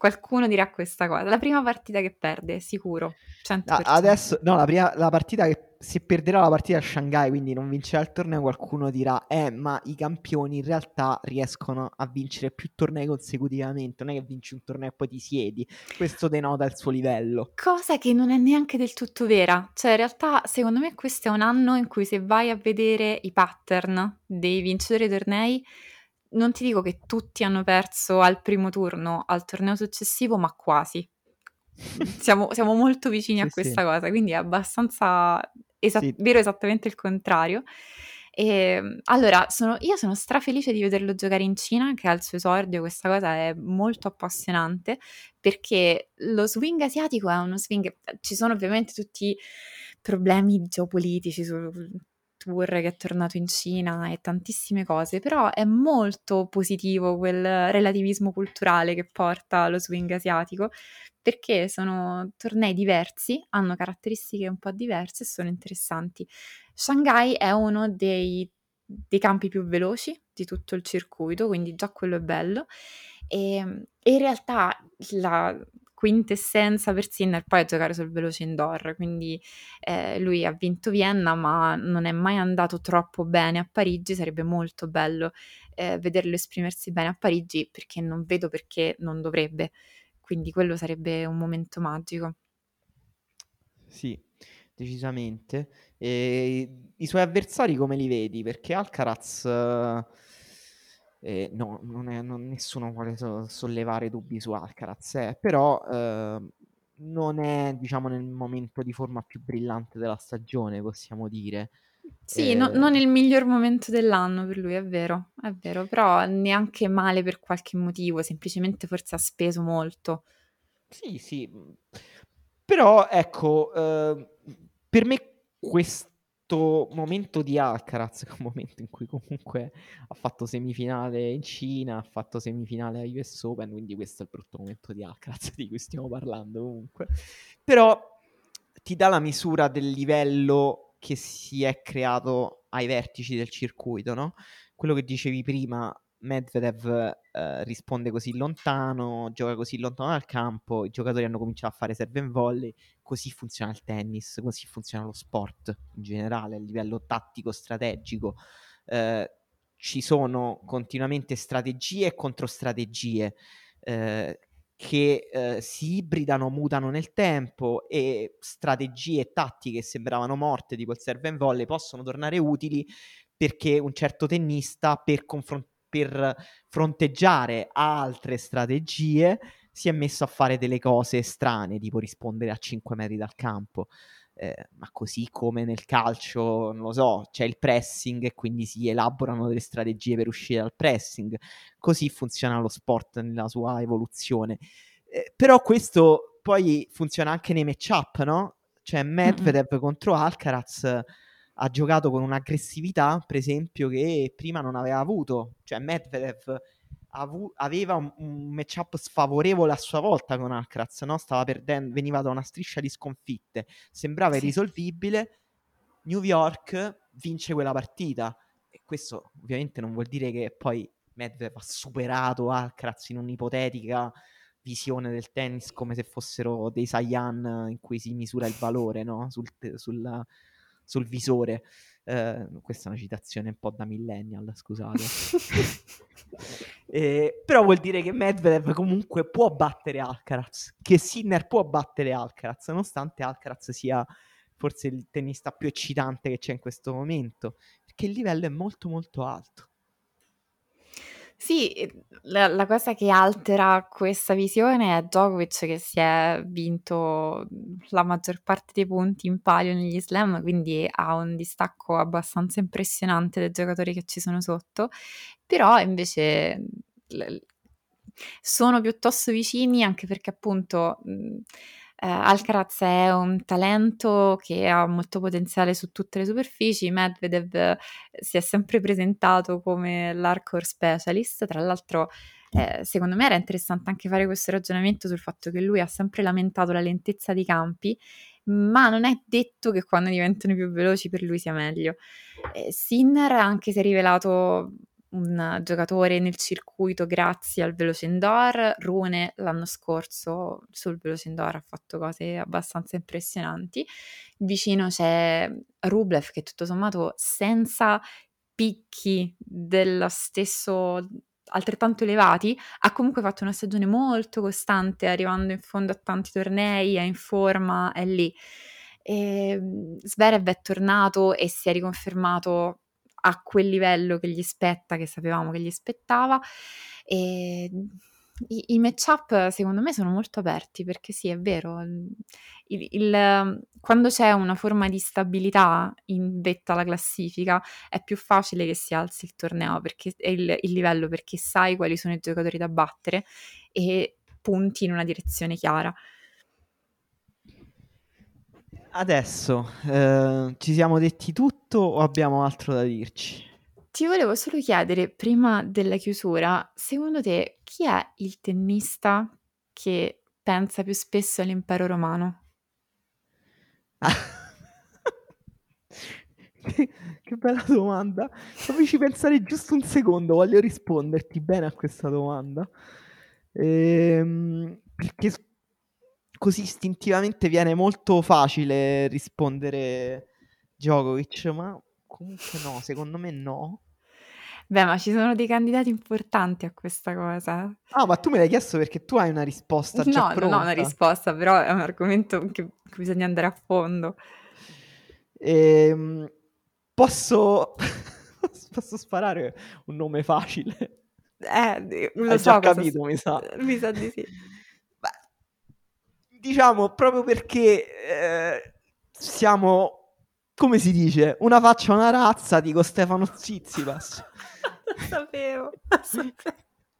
Qualcuno dirà questa cosa. La prima partita che perde, sicuro, cento A- per cento. Adesso, no, la prima, la partita che se perderà la partita a Shanghai, quindi non vincerà il torneo, qualcuno dirà, eh, ma i campioni in realtà riescono a vincere più tornei consecutivamente, non è che vinci un torneo e poi ti siedi, questo denota il suo livello. Cosa che non è neanche del tutto vera. Cioè, in realtà, secondo me questo è un anno in cui se vai a vedere i pattern dei vincitori dei tornei, non ti dico che tutti hanno perso al primo turno, al torneo successivo, ma quasi. Siamo, siamo molto vicini Sì, a sì, questa cosa, quindi è abbastanza esa- sì, vero esattamente il contrario. E, allora, sono- io sono strafelice di vederlo giocare in Cina, che al suo esordio questa cosa è molto appassionante, perché lo swing asiatico è uno swing, ci sono ovviamente tutti i problemi geopolitici sul tour che è tornato in Cina e tantissime cose, però è molto positivo quel relativismo culturale che porta lo swing asiatico, perché sono tornei diversi, hanno caratteristiche un po' diverse e sono interessanti. Shanghai è uno dei, dei campi più veloci di tutto il circuito, quindi già quello è bello. E, e in realtà la quintessenza per Sinner poi è giocare sul veloce indoor, quindi eh, lui ha vinto Vienna, ma non è mai andato troppo bene a Parigi. Sarebbe molto bello eh, vederlo esprimersi bene a Parigi, perché non vedo perché non dovrebbe. Quindi quello sarebbe un momento magico. sì, decisamente. E i suoi avversari come li vedi? Perché Alcaraz, eh, eh, no, non è, non- nessuno vuole so- sollevare dubbi su Alcaraz, eh, però eh, non è, diciamo, nel momento di forma più brillante della stagione, possiamo dire. Sì, no- Eh, non il miglior momento dell'anno per lui, è vero, è vero, però neanche male per qualche motivo, semplicemente forse ha speso molto. Sì, sì, mh. Però ecco, eh, per me questo momento di Alcaraz, che è un momento in cui comunque ha fatto semifinale in Cina, ha fatto semifinale a U S Open, quindi questo è il brutto momento di Alcaraz di cui stiamo parlando comunque. Però ti dà la misura del livello che si è creato ai vertici del circuito, no? Quello che dicevi prima, Medvedev eh, risponde così lontano, gioca così lontano dal campo, i giocatori hanno cominciato a fare serve and volley, così funziona il tennis, così funziona lo sport in generale, a livello tattico, strategico. Eh, ci sono continuamente strategie e controstrategie eh, che eh, si ibridano, mutano nel tempo e strategie e tattiche che sembravano morte, tipo il serve and volley, possono tornare utili perché un certo tennista per, confron- per fronteggiare altre strategie si è messo a fare delle cose strane, tipo rispondere a cinque metri dal campo. Eh, ma così come nel calcio, non lo so, c'è il pressing e quindi si elaborano delle strategie per uscire dal pressing. Così funziona lo sport nella sua evoluzione. Eh, però questo poi funziona anche nei matchup, no? Cioè Mm-mm. Medvedev contro Alcaraz ha giocato con un'aggressività, per esempio, che prima non aveva avuto. Cioè Medvedev avu- aveva un, un matchup sfavorevole a sua volta con Alcaraz, no? Stava perdendo, veniva da una striscia di sconfitte, sembrava Sì. irrisolvibile. New York vince quella partita e questo ovviamente non vuol dire che poi Medvedev ha superato Alcaraz in un'ipotetica visione del tennis come se fossero dei Saiyan in cui si misura il valore, no? Sul, sul, sul visore. Eh, questa è una citazione un po' da millennial, scusate. Eh, però vuol dire che Medvedev comunque può battere Alcaraz, che Sinner può battere Alcaraz, nonostante Alcaraz sia forse il tennista più eccitante che c'è in questo momento, perché il livello è molto molto alto. Sì, e la la cosa che altera questa visione è Djokovic che si è vinto, mhmm, la maggior parte dei punti in palio negli slam, quindi ha un distacco abbastanza impressionante dai giocatori che ci sono sotto, però invece, mhmm, l l sono piuttosto vicini anche perché appunto, mhmm, ehm, Alcaraz è un talento che ha molto potenziale su tutte le superfici, Medvedev si è sempre presentato come l'hardcore specialist. Tra l'altro, eh, secondo me era interessante anche fare questo ragionamento sul fatto che lui ha sempre lamentato la lentezza dei campi, ma non è detto che quando diventano più veloci per lui sia meglio. Eh, Sinner, anche se è rivelato un giocatore nel circuito grazie al Veloce Indoor. Rune l'anno scorso sul Veloce Indoor ha fatto cose abbastanza impressionanti. Vicino c'è Rublev che tutto sommato senza picchi dello stesso altrettanto elevati ha comunque fatto una stagione molto costante, arrivando in fondo a tanti tornei, è in forma, è lì. Ehm, Zverev è tornato e si è riconfermato a quel livello che gli spetta, che sapevamo che gli spettava. E i, i match-up secondo me sono molto aperti perché sì, è vero, il, il, quando c'è una forma di stabilità in vetta alla classifica è più facile che si alzi il torneo perché è il, il livello, perché sai quali sono i giocatori da battere e punti in una direzione chiara. Adesso eh, ci siamo detti tutto o abbiamo altro da dirci? Ti volevo solo chiedere, prima della chiusura, secondo te chi è il tennista che pensa più spesso all'impero romano? che, che bella domanda. Fammici pensare giusto un secondo, voglio risponderti bene a questa domanda. Ehm, perché così istintivamente viene molto facile rispondere Djokovic, ma comunque no, secondo me no. Beh, ma ci sono dei candidati importanti a questa cosa. Ah, ma tu me l'hai chiesto perché tu hai una risposta già No, non ho una pronta. risposta, però è un argomento che che bisogna andare a fondo. Ehm, posso... posso sparare un nome facile? Eh, lo Hai già so cosa s capito, mi sa. mi sa di sì. Beh, diciamo proprio perché eh, siamo, come si dice, una faccia una razza, dico Stefano Tsitsipas. Lo sapevo, lo sapevo.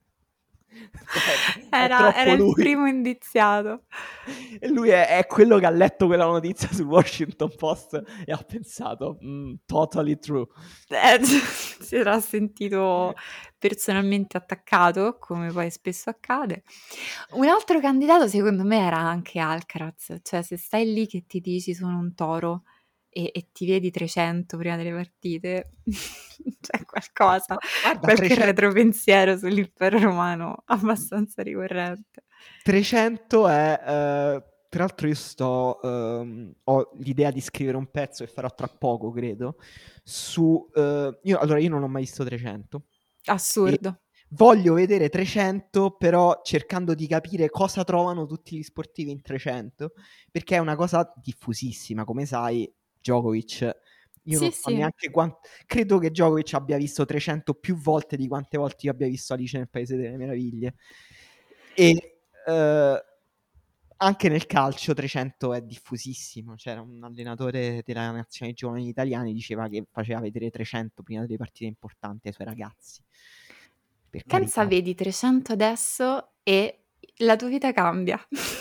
È, è Era era troppo il lui. primo indiziato. E lui è, è quello che ha letto quella notizia sul Washington Post e ha pensato, "Mm, totally true." Eh, si era sentito personalmente attaccato, come poi spesso accade. Un altro candidato secondo me era anche Alcaraz, cioè se stai lì che ti dici sono un toro e, e ti vedi trecento prima delle partite, c'è qualcosa, Guarda, qualche trecento, retropensiero sull'impero romano abbastanza ricorrente. trecento è... eh, tra l'altro io sto... ehm, ho l'idea di scrivere un pezzo che farò tra poco, credo, su... eh, io, allora, io non ho mai visto trecento. E Assurdo. voglio vedere trecento, però cercando di capire cosa trovano tutti gli sportivi in trecento, perché è una cosa diffusissima, come sai, Djokovic, io Sì, non so sì. neanche quanto, credo che Djokovic abbia visto trecento più volte di quante volte io abbia visto Alice nel Paese delle Meraviglie. E eh, anche nel calcio trecento è diffusissimo. C'era un allenatore della nazionale giovani italiani diceva che faceva vedere trecento prima delle partite importanti ai suoi ragazzi. Per Pensa, carità. vedi trecento adesso e la tua vita cambia.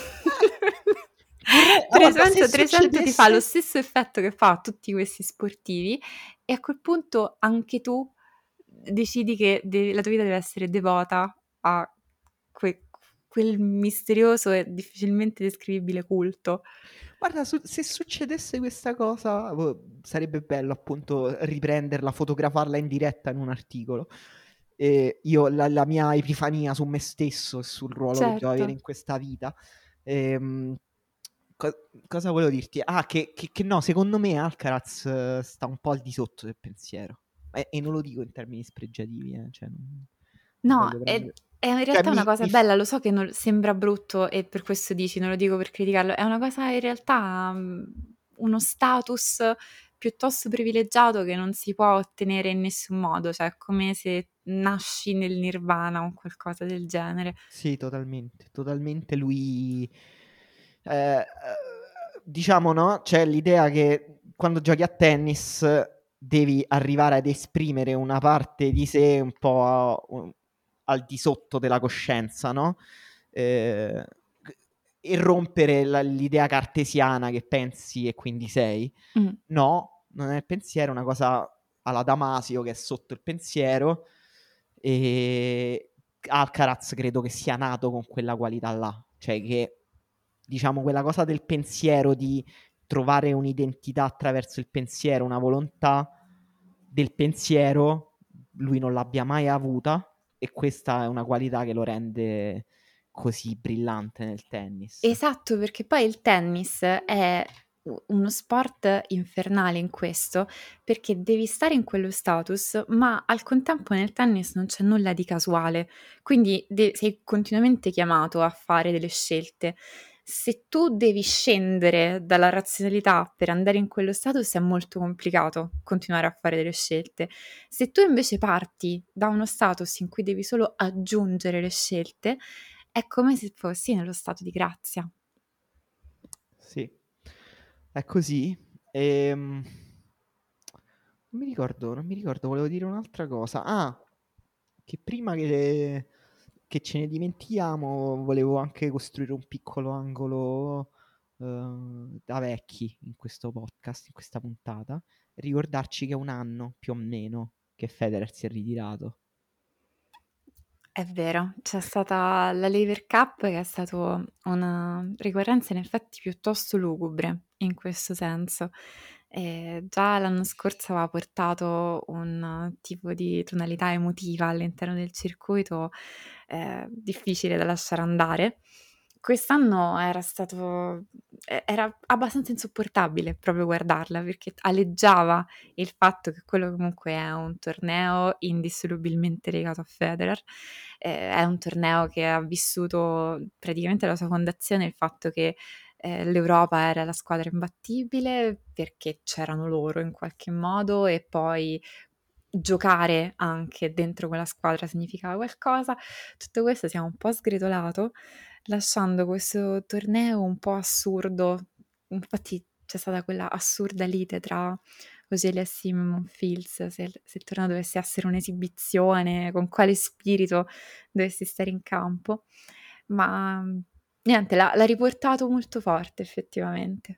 Vorrei, ah, guarda, se trecento, trecento ti fa lo succedesse, stesso effetto che fa a tutti questi sportivi e a quel punto anche tu decidi che de- la tua vita deve essere devota a que- quel misterioso e difficilmente descrivibile culto. guarda, su- se succedesse questa cosa, boh, sarebbe bello appunto riprenderla, fotografarla in diretta in un articolo. E io la, la mia epifania su me stesso e sul ruolo che devo Certo. avere in questa vita. Ehm, co- cosa volevo dirti? Ah, che, che- che no, secondo me Alcaraz eh, sta un po' al di sotto del pensiero. E, e non lo dico in termini spregiativi, eh, cioè, non, non voglio No, è prendere... è in Cioè, realtà una mi, cosa mi bella, lo so che non sembra brutto e per questo dici, non lo dico per criticarlo, è una cosa in realtà, mhmm, uno status piuttosto privilegiato che non si può ottenere in nessun modo, cioè è come se nasci nel nirvana o qualcosa del genere. Sì, totalmente, totalmente lui, eh, eh, diciamo, no? C'è l'idea che quando giochi a tennis devi arrivare ad esprimere una parte di sé un po' a- un- al di sotto della coscienza, no? Eh, e rompere la- l'idea cartesiana che pensi e quindi sei. Mh. No, non è il pensiero, è una cosa alla Damasio che è sotto il pensiero e Alcaraz credo che sia nato con quella qualità là, cioè che diciamo quella cosa del pensiero di trovare un'identità attraverso il pensiero, una volontà del pensiero lui non l'abbia mai avuta, e questa è una qualità che lo rende così brillante nel tennis. Esatto, perché poi il tennis è u uno sport infernale in questo, perché devi stare in quello status, ma al contempo nel tennis non c'è nulla di casuale, quindi de sei continuamente chiamato a fare delle scelte. Se tu devi scendere dalla razionalità per andare in quello status è molto complicato continuare a fare delle scelte. Se tu invece parti da uno status in cui devi solo aggiungere le scelte, è come se fossi nello stato di grazia. Sì, è così. Ehm, non mi ricordo, non mi ricordo, volevo dire un'altra cosa. Ah, che prima che, che ce ne dimentichiamo, volevo anche costruire un piccolo angolo eh, da vecchi in questo podcast, in questa puntata, e ricordarci che è un anno più o meno che Federer si è ritirato. È vero, c'è stata la Lever Cup che è stato una ricorrenza in effetti piuttosto lugubre in questo senso. Ehm, già l'anno scorso aveva portato un tipo di tonalità emotiva all'interno del circuito, ehm, difficile da lasciare andare. Quest'anno era stato e era abbastanza insopportabile proprio guardarla, perché aleggiava il fatto che quello comunque è un torneo indissolubilmente legato a Federer. Ehm, è un torneo che ha vissuto praticamente la sua fondazione il fatto che, ehm, l'Europa era la squadra imbattibile perché c'erano loro in qualche modo e poi giocare anche dentro quella squadra significava qualcosa. Tutto questo si è un po' sgretolato, lasciando questo torneo un po' assurdo. Infatti c'è stata quella assurda lite tra Auger-Aliassime e Monfils, se il se il torneo dovesse essere un'esibizione, con quale spirito dovessi stare in campo. Ma, mhmm, niente, l'ha l'ha riportato molto forte effettivamente.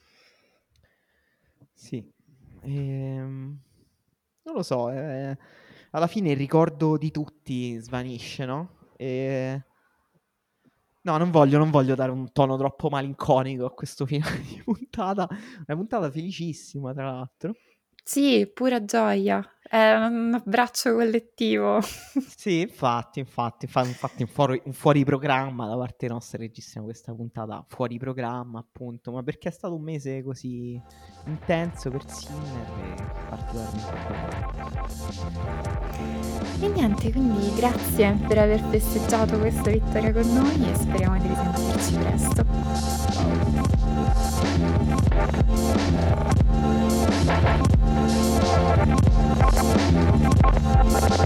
Sì, ehm, non lo so, eh, alla fine il ricordo di tutti svanisce, no? E... No, non voglio, non voglio dare un tono troppo malinconico a questo finale di puntata. Una puntata felicissima, tra l'altro. Sì, pura gioia. È un abbraccio collettivo. Sì, infatti, infatti, fa- infatti un fuori, un fuori programma da parte nostra, registriamo questa puntata fuori programma, appunto, ma perché è stato un mese così intenso per Sinner e particolarmente bello. E niente, quindi grazie per aver festeggiato questa vittoria con noi e speriamo di risentirci presto. Ciao.